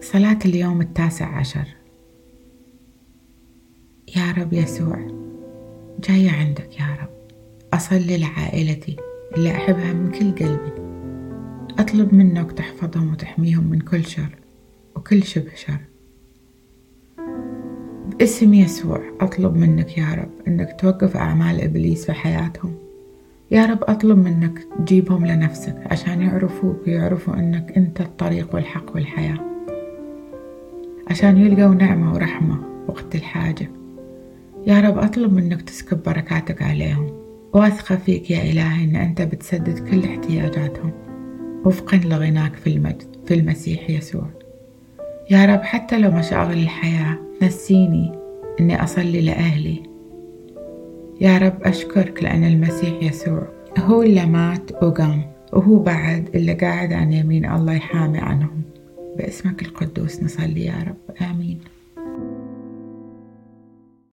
صلاة اليوم 19. يا رب يسوع، جاية عندك يا رب أصلي لعائلتي اللي أحبها من كل قلبي. أطلب منك تحفظهم وتحميهم من كل شر وكل شبه شر. باسم يسوع أطلب منك يا رب أنك توقف أعمال إبليس في حياتهم. يا رب أطلب منك تجيبهم لنفسك عشان يعرفوك ويعرفوا أنك أنت الطريق والحق والحياة، عشان يلقوا نعمة ورحمة وقت الحاجة. يا رب أطلب منك تسكب بركاتك عليهم، واثقة فيك يا إلهي أن أنت بتسدد كل احتياجاتهم وفقا لغناك في المجد في المسيح يسوع. يا رب حتى لو مشاغل الحياة نسيني أني أصلي لأهلي. يا رب أشكرك لأن المسيح يسوع هو اللي مات وقام، وهو بعد اللي قاعد عن يمين الله يحامي عنهم. باسمك القدوس نصلي يا رب، آمين.